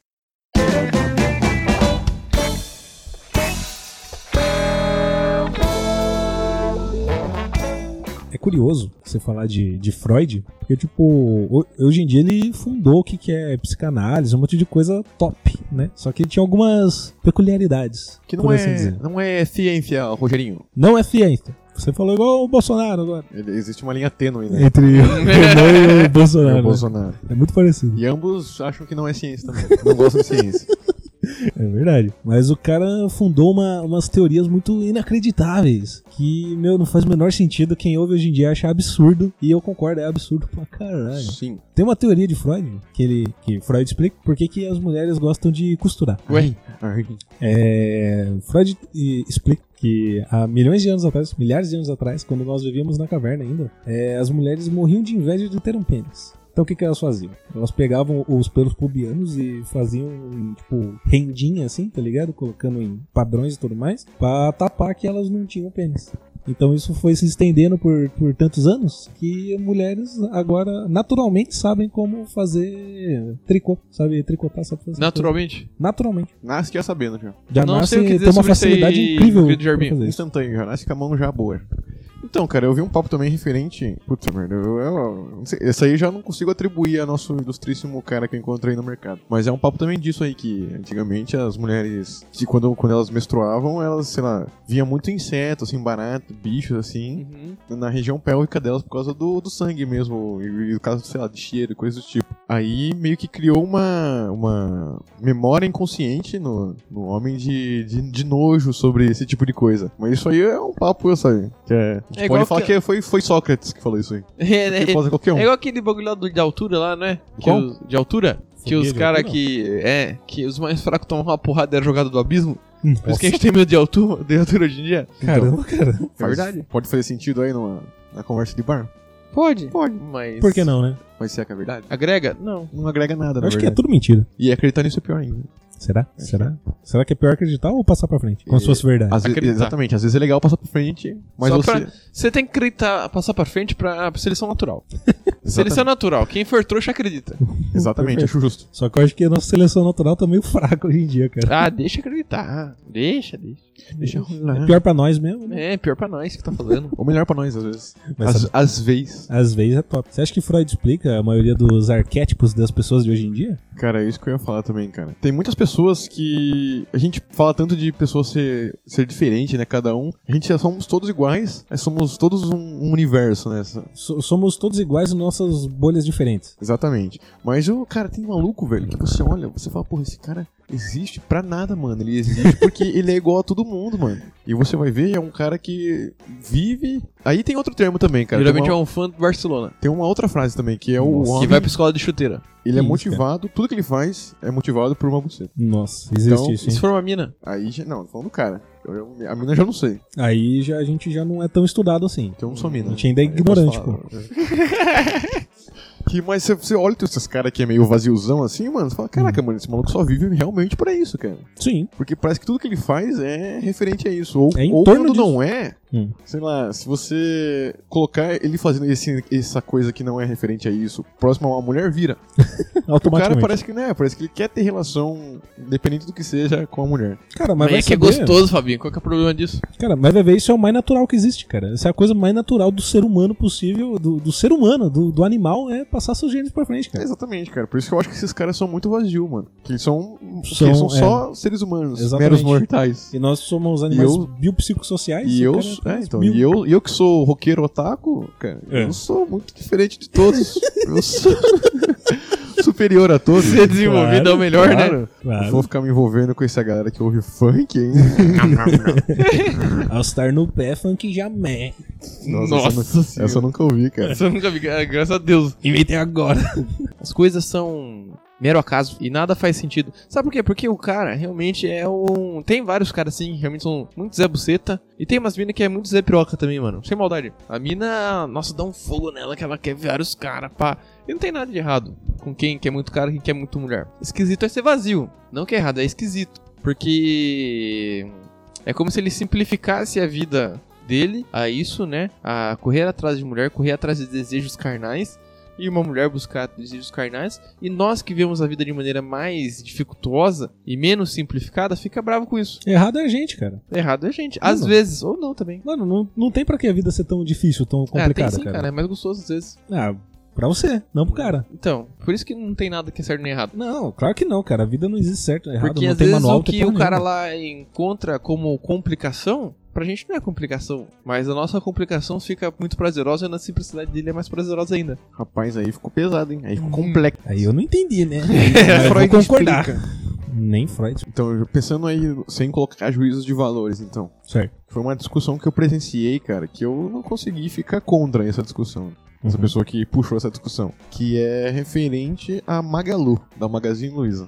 É curioso você falar de Freud, porque, tipo, hoje em dia ele fundou o que é psicanálise, um monte de coisa top, né? Só que ele tinha algumas peculiaridades. Que por assim dizer. não é ciência, Rogerinho. Não é ciência. Você falou igual o Bolsonaro agora. Existe uma linha tênue, né? Entre o Renan e o Bolsonaro. É o Bolsonaro. É muito parecido. E ambos acham que não é ciência também. Não gostam de ciência. É verdade. Mas o cara fundou umas teorias muito inacreditáveis. Que, não faz o menor sentido. Quem ouve hoje em dia acha absurdo. E eu concordo, é absurdo pra caralho. Sim. Tem uma teoria de Freud, que Freud explica por que as mulheres gostam de costurar. Ué? Freud explica que há milhares de anos atrás, quando nós vivíamos na caverna ainda, as mulheres morriam de inveja de ter um pênis. Então o que elas faziam? Elas pegavam os pelos pubianos e faziam, tipo, rendinha assim, tá ligado? Colocando em padrões e tudo mais, pra tapar que elas não tinham pênis. Então isso foi se estendendo por tantos anos que mulheres agora naturalmente sabem como fazer tricô, sabe tricotar, sabe fazer. Naturalmente? Naturalmente. Nasce já sabendo, já. Já não nasce, sei o que dizer tem uma sobre isso facilidade aí, incrível Pedro Jarbim. pra fazer isso. Instantâneo, já nasce com a mão já boa. Então, cara, eu vi um papo também referente... Putz, merda, eu não sei, esse aí já não consigo atribuir a nosso ilustríssimo cara que eu encontrei no mercado. Mas é um papo também disso aí, que antigamente as mulheres, quando elas menstruavam, elas, sei lá, vinha muito inseto, assim, barato, bichos, assim, na região pélvica delas por causa do sangue mesmo, e no caso, sei lá, de cheiro, coisas do tipo. Aí meio que criou uma memória inconsciente no homem de nojo sobre esse tipo de coisa. Mas isso aí é um papo, sabe? Que a gente pode falar que foi Sócrates que falou isso aí. Pode ser qualquer um. É igual aquele bagulho lá de altura lá, né? De altura? Que os caras que os mais fracos tomam uma porrada e era jogado do abismo. Por isso que a gente tem medo de altura hoje em dia. Caramba, cara. É verdade. Pode fazer sentido aí na conversa de bar? Pode, mas... Por que não, né? Mas se é que é verdade? Agrega? Não. Não agrega nada, Eu acho que é tudo mentira. E acreditar nisso é pior ainda. Será? Será que é pior acreditar ou passar pra frente? Como se fosse verdade. Exatamente, às vezes é legal passar pra frente, mas Só você... Você tem que acreditar, passar pra frente pra seleção natural. Seleção natural. Quem for trouxa acredita. Exatamente, acho justo. Só que eu acho que a nossa seleção natural tá meio fraca hoje em dia, cara. Ah, deixa acreditar. Deixa. Deixa É rolar. pior pra nós mesmo, né? É, pior pra nós que tá falando. Ou melhor pra nós, às vezes. Mas Às vezes. Às vezes é top. Você acha que Freud explica a maioria dos arquétipos das pessoas de hoje em dia? Cara, é isso que eu ia falar também, cara. Tem muitas pessoas que... A gente fala tanto de pessoas ser diferente, né? Cada um. A gente somos todos iguais, mas somos todos um universo, né? Somos todos iguais em nossas bolhas diferentes. Exatamente. Mas, cara, tem um maluco, velho, que você olha, você fala, porra, esse cara existe pra nada, mano. Ele existe porque ele é igual a todo mundo, mano. E você vai ver, é um cara que vive... Aí tem outro termo também, cara. Geralmente é um fã do Barcelona. Tem uma outra frase também, que é o homem... Que vai pra escola de chuteira. Ele é Isso, motivado, tudo que ele faz é motivado por uma buceta. Nossa, existe Então, isso, E hein? se for uma mina? Aí, não, tô falando do cara. A mina eu já não sei. Aí a gente já não é tão estudado assim. Então eu não sou mina. A gente ainda é Aí eu posso ignorante, falar. pô. Mas você olha esses caras que é meio vaziozão assim, mano, você fala, caraca, mano, esse maluco só vive realmente pra isso, cara. Sim. Porque parece que tudo que ele faz é referente a isso. Ou, É em ou torno quando disso. não é, sei lá, se você colocar ele fazendo essa coisa que não é referente a isso, próximo a uma mulher, vira. O cara Automaticamente. parece que, né, parece que ele quer ter relação, independente do que seja, com a mulher. Cara, Mas vai é que é saber. gostoso, Fabinho. Qual que é o problema disso? Cara, mas vai ver, isso é o mais natural que existe, cara. Essa é a coisa mais natural do ser humano possível, do ser humano, do animal, é passar seus genes pra frente, cara. Exatamente, cara. Por isso que eu acho que esses caras são muito vazios, mano. Que eles são São, seres humanos, Exatamente. meros mortais. E nós somos animais eu- biopsicossociais. E eu, o cara é e eu que sou roqueiro otaku, cara, eu sou muito diferente de todos. Eu sou superior a todos. Ser desenvolvido é o melhor, né? Claro. Claro. Eu vou ficar me envolvendo com essa galera que ouve funk, hein? Ao estar no pé, funk jamais. Essa eu nunca ouvi, cara. Essa eu nunca vi, graças a Deus. Inventei agora. As coisas são mero acaso e nada faz sentido. Sabe por quê? Porque o cara realmente é um... Tem vários caras assim, que realmente são muito Zé Buceta. E tem umas minas que é muito Zé Piroca também, mano. Sem maldade. A mina, nossa, dá um fogo nela que ela quer vários caras, pá. E não tem nada de errado com quem quer muito cara e quem quer muito mulher. Esquisito é ser vazio. Não que é errado, é esquisito. Porque... é como se ele simplificasse a vida dele a isso, né? A correr atrás de mulher, correr atrás de desejos carnais. E uma mulher buscar desejos carnais. E nós que vemos a vida de maneira mais dificultosa e menos simplificada, fica bravo com isso. Errado é a gente, cara. Errado é a gente. Às Não. vezes, ou não também. Mano, não tem pra que a vida ser tão difícil, tão Tem complicada, sim, cara. É mais gostoso às vezes. Ah, pra você, não pro cara. Então, por isso que não tem nada que é certo nem errado. Não, claro que não, cara. A vida não existe certo nem errado. Porque não às tem vezes manual, o não tem que o porra cara nenhuma. lá encontra como complicação, pra gente não é complicação. Mas a nossa complicação fica muito prazerosa e a simplicidade dele é mais prazerosa ainda. Rapaz, aí ficou pesado, hein? Aí ficou complexo. Aí eu não entendi, né? Mas eu vou Freud concordar. explica. Nem Freud. Então, pensando aí, sem colocar juízos de valores, então. Certo. Foi uma discussão que eu presenciei, cara, que eu não consegui ficar contra essa discussão. Essa Uhum. pessoa que puxou essa discussão. Que é referente a Magalu, da Magazine Luiza.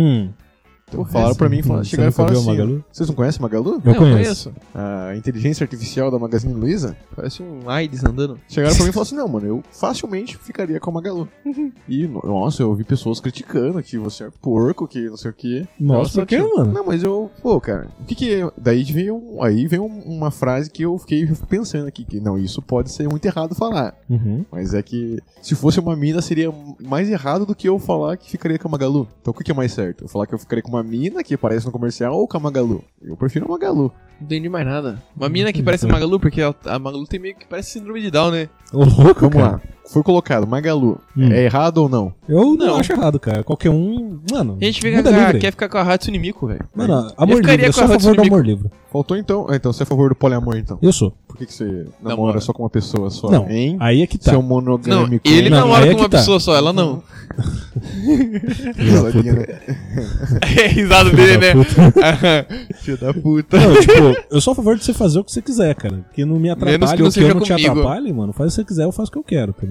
Então falaram pra mim, chegaram e Você nunca falaram viu a assim... Magalu? Vocês não conhecem Magalu? Eu conheço. A inteligência artificial da Magazine Luiza? Parece um AIDS andando. Chegaram pra mim e falaram assim, não, mano, eu facilmente ficaria com a Magalu. E, nossa, eu ouvi pessoas criticando que você é porco, que não sei o quê. Nossa, por quê, mano? Não, mas eu... Pô, cara, o que é... Daí veio uma frase que eu fiquei pensando aqui, que não, isso pode ser muito errado falar. Uhum. Mas é que se fosse uma mina, seria mais errado do que eu falar que ficaria com a Magalu. Então o que é mais certo? Eu falar que eu ficaria com uma mina que aparece no comercial ou com a Magalu? Eu prefiro a Magalu. Não entendi mais nada. Uma mina que parece Magalu, porque a Magalu tem meio que parece síndrome de Down, né? Ô, louco, Vamos cara. lá. Foi colocado, Magalu. É errado ou não? Eu não Não. acho errado, cara. Qualquer um... Mano, A gente muda livre. quer ficar com a Hatsune Miku, velho. Mano, amor ficaria livre. Eu com a sou a favor Hatsune do Miku. amor livre. Faltou então? Então você é a favor do poliamor, então? Eu sou. Por que você namora Namora. só com uma pessoa só? Não, Hein? aí é que tá. Seu Não, monogâmico. ele Não, namora aí é com uma que tá. pessoa só, ela não. Risadinha, né? É risada dele, né? Filho da puta. Não, tipo, eu sou a favor de você fazer o que você quiser, cara. Porque não me Menos atrapalha que não ou que eu seja não te comigo. atrapalhe, mano. Faz o que você quiser, eu faço o que eu quero, cara.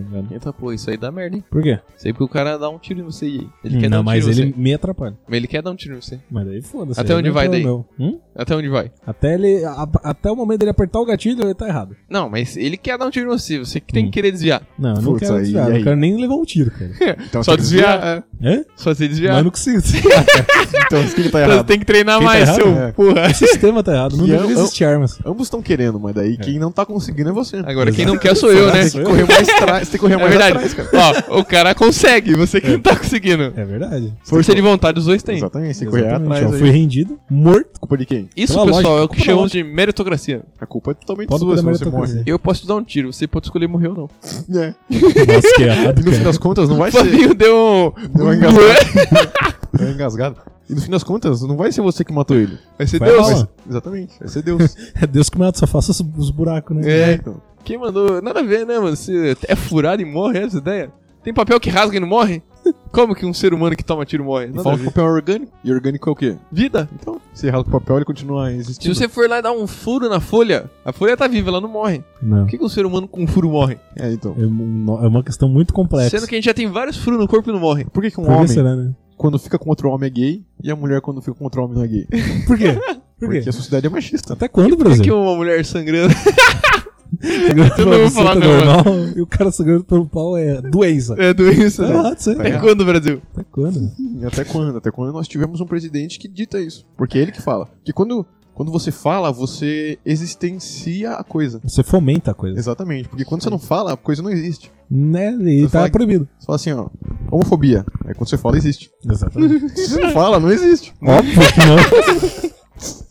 não me engano. Eita, pô, isso aí dá merda, hein? Por quê? Isso aí porque o cara dá um tiro em você e ele quer dar Não, um mas tiro em ele você. me atrapalha. Mas ele quer dar um tiro em você. Mas daí foda-se. Até aí onde não vai é daí? meu. Até onde vai? Até o momento dele apertar o gatilho, ele tá errado. Não, mas ele quer dar um tiro em você que tem que querer desviar. Não, eu não Putz, quero aí, desviar. e Eu aí? não quero nem levar um tiro, cara. Então, Só você desviar. É? Só você Mas desviar. eu não consigo desviar. Então, quem tá Você errado? tem que treinar Quem tá mais, errado? seu É. porra. O sistema tá errado. Não E deveria eu- existir armas. Ambos estão querendo, mas daí quem não tá conseguindo é você. Agora, quem não quer sou eu, né? Você tem que correr mais atrás, você tem que correr É mais verdade. atrás, cara. Ó, o cara consegue, você que não tá conseguindo. É verdade. Força de vontade os dois têm. Exatamente, você correr Exatamente. atrás Eu aí. fui rendido, morto. Culpa de quem? Isso, Pela pessoal, lógica, é o que pela chamamos lógica. de meritocracia. A culpa é totalmente Pode sua se poder você meritocracia. morre. Eu posso te dar um tiro, você pode escolher morrer ou não. É. Nossa, que errado, E no fim cara. das contas não vai O ser... Fabinho deu um... Deu uma engasgada. Deu uma engasgada. E no fim das contas, não vai ser você que matou ele. Vai ser Vai Deus. bala. Exatamente, vai ser Deus. É Deus que mata, só faça os buracos, né? É. Então. Quem mandou... Nada a ver, né, mano? Você é furado e morre, é essa ideia? Tem papel que rasga e não morre? Como que um ser humano que toma tiro morre? E Nada a fala que o ver. papel é orgânico. E orgânico é o quê? Vida. Então, se errar com o papel, ele continua Se existindo. você for lá e dar um furo na folha, a folha tá viva, ela não morre. Não. Por que um ser humano com um furo morre? É, então. É uma questão muito complexa. Sendo que a gente já tem vários furos no corpo e não morre. Por que, que um Por que homem, será, né? quando fica com outro homem, é gay, e a mulher, quando fica com outro homem, não é gay? Por quê? Por Porque quê? a sociedade é machista. Até quando, Por que Brasil? uma mulher sangrando... Segurando Eu não vou falar não, normal e o cara segurando pelo pau é doença. É doença, Tá né? errado isso aí. Tá Até errado. quando, Brasil? Até quando? E até quando? Até quando nós tivemos um presidente que dita isso? Porque é ele que fala. Que quando você fala, você existencia a coisa. Você fomenta a coisa. Exatamente. Porque quando você não fala, a coisa não existe. Né? E Você tá fala que- proibido. Você fala assim, ó, homofobia. Aí quando você fala, existe. Exatamente. Se você não fala, não existe. Óbvio que não.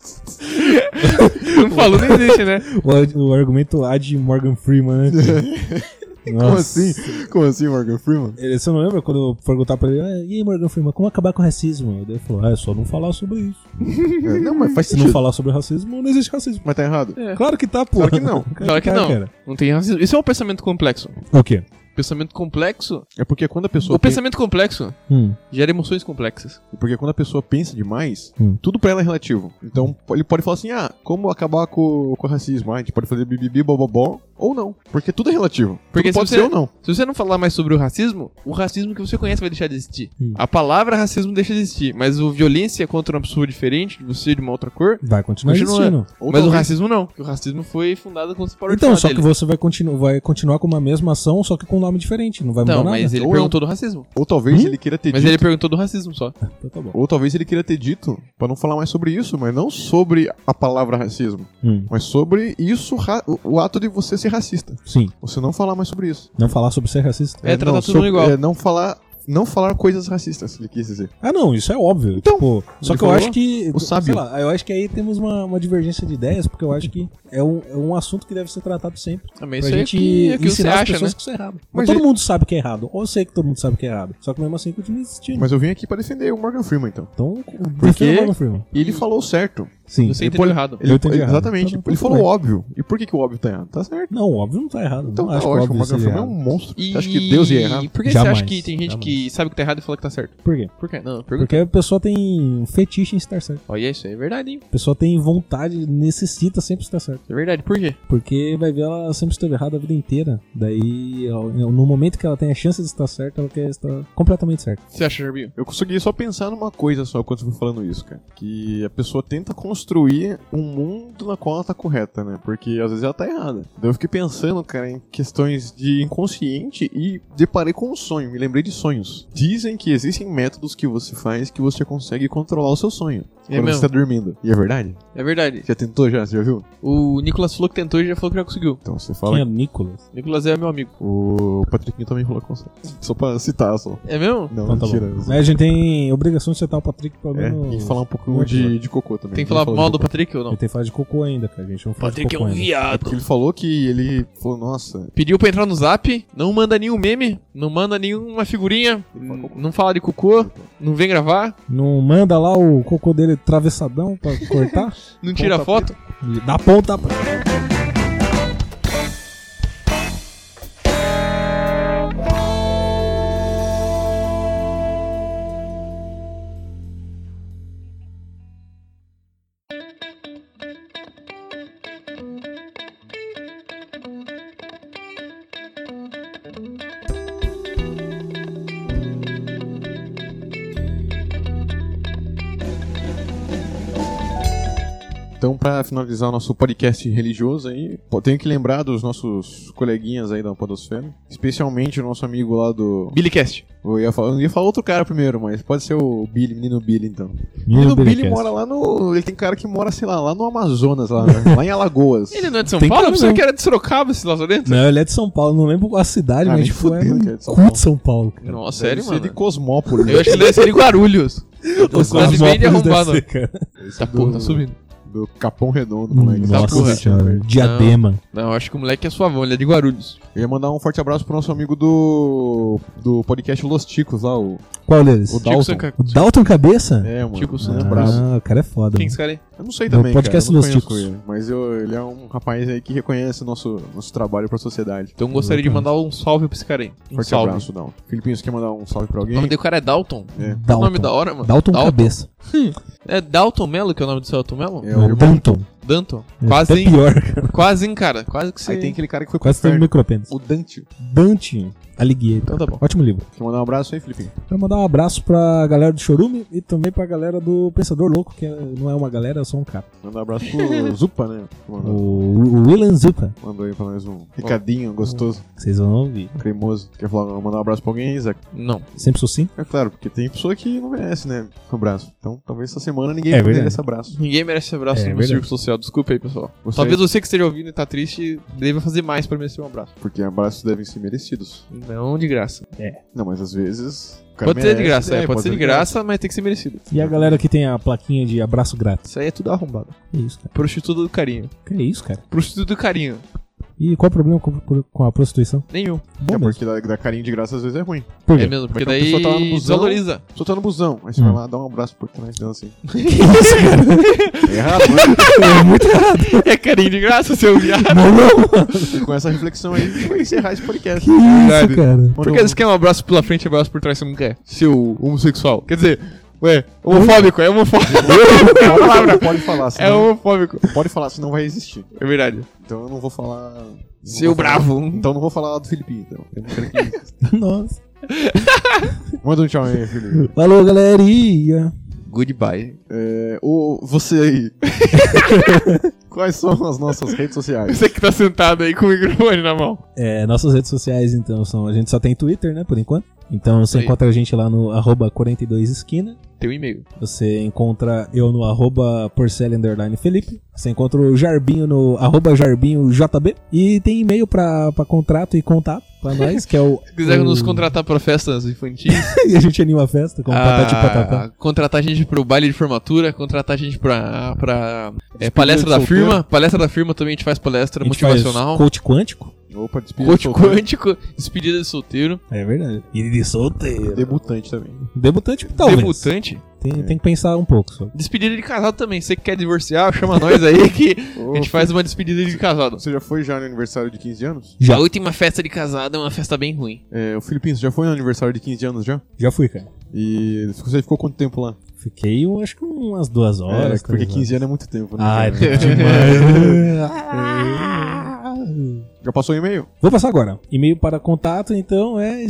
Não falou, não existe, né? O argumento A de Morgan Freeman, né? Como Nossa. assim? Como assim, Morgan Freeman? Você não lembra quando eu perguntar pra ele, e aí, Morgan Freeman, como acabar com o racismo? Daí ele falou, é só não falar sobre isso. É, não, mas faz Se não sentido. falar sobre racismo, não existe racismo. Mas tá errado. Claro que tá, pô. Claro que não. Claro que não. Cara. Não tem racismo. Isso é um pensamento complexo. O quê? Pensamento complexo? É porque quando a pessoa O pensamento complexo Hum. gera emoções complexas. Porque quando a pessoa pensa demais, Hum. tudo pra ela é relativo. Então ele pode falar assim, como acabar com o racismo? Ah, a gente pode fazer bibibi, bobobó, ou não. Porque tudo é relativo. Porque tudo pode se ser você- ou não. Se você não falar mais sobre o racismo que você conhece vai deixar de existir. Hum. A palavra racismo deixa de existir, mas o violência contra uma pessoa diferente de você, de uma outra cor, Vai continuar Continua. existindo. Ou mas o talvez- racismo não. Porque o racismo foi fundado quando você parou de Então, falar só dele. que você vai continuar com uma mesma ação, só que com um nome diferente. Não vai mudar Não, nada. mas ele Ou perguntou do racismo. Ou talvez ele queira ter Mas dito... ele perguntou do racismo só. Então tá bom. Ou talvez ele queira ter dito, pra não falar mais sobre isso, mas não sobre a palavra racismo, mas sobre isso, o ato de você ser racista. Sim. Você não falar mais sobre isso. Não falar sobre ser racista. É, tratar não, todo mundo igual. Não falar coisas racistas, ele quis dizer. Ah, não, isso é óbvio. Então, Tipo, só ele que eu falou acho que. o sábio. Sei lá, eu acho que aí temos uma divergência de ideias, porque eu acho que é um assunto que deve ser tratado sempre. Também Pra isso aí gente é que você ensinar as acha, né? pessoas que isso é errado. Mas Mas todo ele- mundo sabe que é errado. Ou eu sei que todo mundo sabe que é errado. Só que mesmo assim continua existindo. Mas eu vim aqui pra defender o Morgan Freeman, então. Então, defenda o Morgan Freeman. E ele falou certo. Sim. Você Ele entendeu pode- errado. Eu entendi errado. Exatamente. Tá bom, Ele tudo falou bem. óbvio. E por que o óbvio tá errado? Tá certo. Não, óbvio não tá errado. Então não tá acho que ótimo. O óbvio Morgan seja Freeman é um errado. monstro. Você acha que Deus ia errar? Por que você Jamais, acha que tem gente jamais. que sabe que tá errado e fala que tá certo? Por quê? Por quê? Não, pergunta. Porque a pessoa tem fetiche em estar certo. Olha, isso aí é verdade, hein? A pessoa tem vontade, necessita sempre estar certo. É verdade. Por quê? Porque vai ver, ela sempre esteve errada a vida inteira. Daí, no momento que ela tem a chance de estar certa, ela quer estar completamente certa. Você acha, Jarbinho? Eu consegui só pensar numa coisa só quando você foi falando isso, cara. Que a pessoa tenta construir um mundo na qual ela tá correta, né? Porque às vezes ela tá errada. Daí eu fiquei pensando, cara, em questões de inconsciente e deparei com um sonho. Me lembrei de sonhos. Dizem que existem métodos que você faz que você consegue controlar o seu sonho. É Quando mesmo? você tá dormindo. E é verdade? É verdade. Já tentou já? Você já viu? O Nicolas falou que tentou e já falou que já conseguiu. Então você Quem fala. é Nicolas? Nicolas é meu amigo. O Patriquinho também falou com você. Só pra citar, só. É mesmo? Não, Então tá mentira. bom. Mas a gente tem obrigação de citar o Patrick pelo É, menos. e falar um pouco no de cocô também. Tem que Ele falar falou mal de do cocô. Patrick ou não? Ele tem que falar de cocô ainda, cara. A gente não fala de cocô ainda. É viado. porque ele falou que ele falou, nossa, Pediu pra entrar no Zap, não manda nenhum meme, não manda nenhuma figurinha, não fala de cocô, não vem gravar, Não manda lá o cocô dele travessadão pra cortar? não tira Ponta foto. E dá ponta pra... Então, pra finalizar o nosso podcast religioso aí, tenho que lembrar dos nossos coleguinhas aí da Podosfera, especialmente o nosso amigo lá do... BillyCast. Eu ia falar outro cara primeiro, mas pode ser o Billy, menino Billy, então. Menino Billy Billycast. mora lá no... Ele tem cara que mora, sei lá no Amazonas, lá em Alagoas. Ele não é de São Tem Paulo? Eu cara pensava não. que era de Sorocaba, esse lazarento. Não, ele é de São Paulo, não lembro a cidade, Ah, mas nem tipo, fudendo é que é de São cu Paulo. de São Paulo, cara. Nossa, Deve sério, ser mano? de Cosmópolis. Eu acho que ele deve ser de Guarulhos. Os Mas ele vem de Cosmópolis arrombado. deve ser, cara. Tá porra, tá subindo. Do Capão Redondo, moleque. Tá Nossa porra. senhora, Diadema. Não, eu acho que o moleque é suavão, ele é de Guarulhos. Eu ia mandar um forte abraço pro nosso amigo do podcast Los Ticos lá, o Qual deles? O Tico Dalton. Sanca... O Dalton Cabeça? É, mano. Tico ele Sanca. é brabo. Ah, o cara é foda. Quem é mano. esse cara aí? Eu não sei Do também, podcast cara. Eu não Los conheço Ticos. ele. Mas ele é um rapaz aí que reconhece o nosso trabalho pra sociedade. Então eu gostaria de mandar um salve pra esse cara aí. Um Forte salve. abraço, Dalton. Filipinho, você quer mandar um salve pra O alguém? nome do cara é Dalton? É. É um nome da hora, mano. Dalton Cabeça. É Dalton Mello que é o nome do seu Dalton Mello? É, Não, o irmão. Danton. Danton. É Quase, até hein? pior, cara. Quase, hein, cara? Quase que você... Aí tem aquele cara que foi pro Quase teve inferno. micropênis. O Dante. Dante Alighieri. Então tá bom. Ótimo livro. Quer mandar um abraço aí, Filipinho? Quero mandar um abraço pra galera do Chorume e também pra galera do Pensador Louco, que não é uma galera, é só um cara. Mandar um abraço pro Zupa, né? O Willan Zupa. Mandou aí pra nós um recadinho gostoso, Vocês vão ouvir. cremoso. Quer mandar um abraço pra alguém, Isaac? Não. Sempre sou sim. É claro, porque tem pessoa que não merece, né? Um abraço. Então, talvez essa semana ninguém É vai verdade. esse abraço. Ninguém merece esse abraço É no meu verdade. círculo social. Desculpa aí, pessoal. Você- Talvez você que esteja ouvindo e tá triste deva fazer mais pra merecer um abraço. Porque abraços devem ser merecidos. Não de graça. Não, mas às vezes... o cara Pode ser de merece, graça, pode ser de graça. graça, mas tem que ser merecido. E a galera que tem a plaquinha de abraço grátis. Isso aí é tudo arrombado. Que isso, cara? Prostituta do carinho. Que isso, cara? Prostituta do carinho. E qual o problema com a prostituição? Nenhum. Bom É mesmo. porque dar carinho de graça às vezes é ruim. Por quê? É mesmo, porque Como é que a daí pessoa tá lá no busão? desvaloriza. A pessoa tá no busão, aí você vai lá dar um abraço por trás dela assim. Que isso, cara? É errado, né? É muito errado. É carinho de graça, seu viado. E com essa reflexão aí, a gente vai encerrar esse podcast. Que isso, cara? Por que você quer um abraço pela frente e um abraço por trás você não quer? Seu homossexual. Quer dizer, ué, homofóbico, é homofóbico. Pode falar, É senão, homofóbico. pode falar, senão vai existir. É verdade. Então eu não vou falar... não Seu vou falar- bravo. Então eu não vou falar do Filipinho, então. Eu não quero que exista. Nossa. Manda um tchau aí, Felipe. Falou, galerinha. Goodbye. Você aí. Quais são as nossas redes sociais? Você que tá sentado aí com o microfone na mão. Nossas redes sociais, então, são... A gente só tem Twitter, né, por enquanto. Então você Aí. encontra a gente lá no @42esquina. Tem um e-mail. Você encontra eu no @porcel_felipe. Você encontra o Jarbinho no @jarbinhojb. E tem e-mail pra contrato e contato pra nós, que é o... Se quiser o- nos contratar para festas infantis, E a gente anima a festa com patati patatá. contratar a gente pro baile de formatura, contratar a gente pra Despedida palestra de da solteiro. firma. Palestra da firma também a gente faz palestra A gente faz motivacional. coach quântico. Opa, despedida de Coach solteiro. quântico, despedida de solteiro. É verdade. E de solteiro. Debutante também. Debutante, talvez. Debutante. Tem que pensar um pouco só. Despedida de casado também. Você que quer divorciar, chama nós aí que a gente faz uma despedida de casado. Você já foi já no aniversário de 15 anos? Já. A última festa de casado é uma festa bem ruim. O Filipinho, você já foi no aniversário de 15 anos já? Já fui, cara. E você ficou quanto tempo lá? Fiquei, eu acho que umas 2 horas. Porque 3 15 anos é muito tempo, né? Ai, cara? demais. Já passou o e-mail? Vou passar agora. E-mail para contato, então, é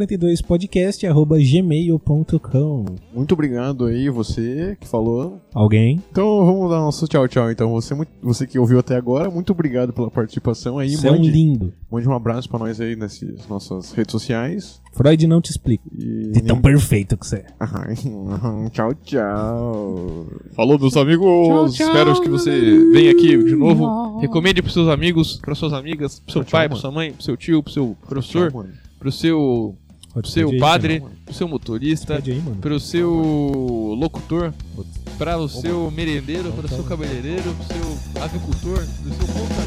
esquina42podcast@gmail.com. Muito obrigado aí, você que falou. Alguém? Então vamos dar nosso tchau, tchau. Então você que ouviu até agora, muito obrigado pela participação aí. Você é um lindo. Mande um abraço pra nós aí nessas nossas redes sociais. Freud não te explica. E De tão perfeito que você é. Ai, tchau, tchau. Falou, meus amigos. Espero que você venha aqui de novo. Recomende pros seus amigos, pras suas amigas, pro seu Tchau, pai, mano. pra sua mãe, pro seu tio, pro seu professor, Tchau, mano. pro seu Pode seu pedir aí, padre, mano. pro seu motorista, Pede aí, mano. pro seu locutor, para o seu merendeiro, para o seu cabeleireiro, pro seu avicultor, pro seu contador.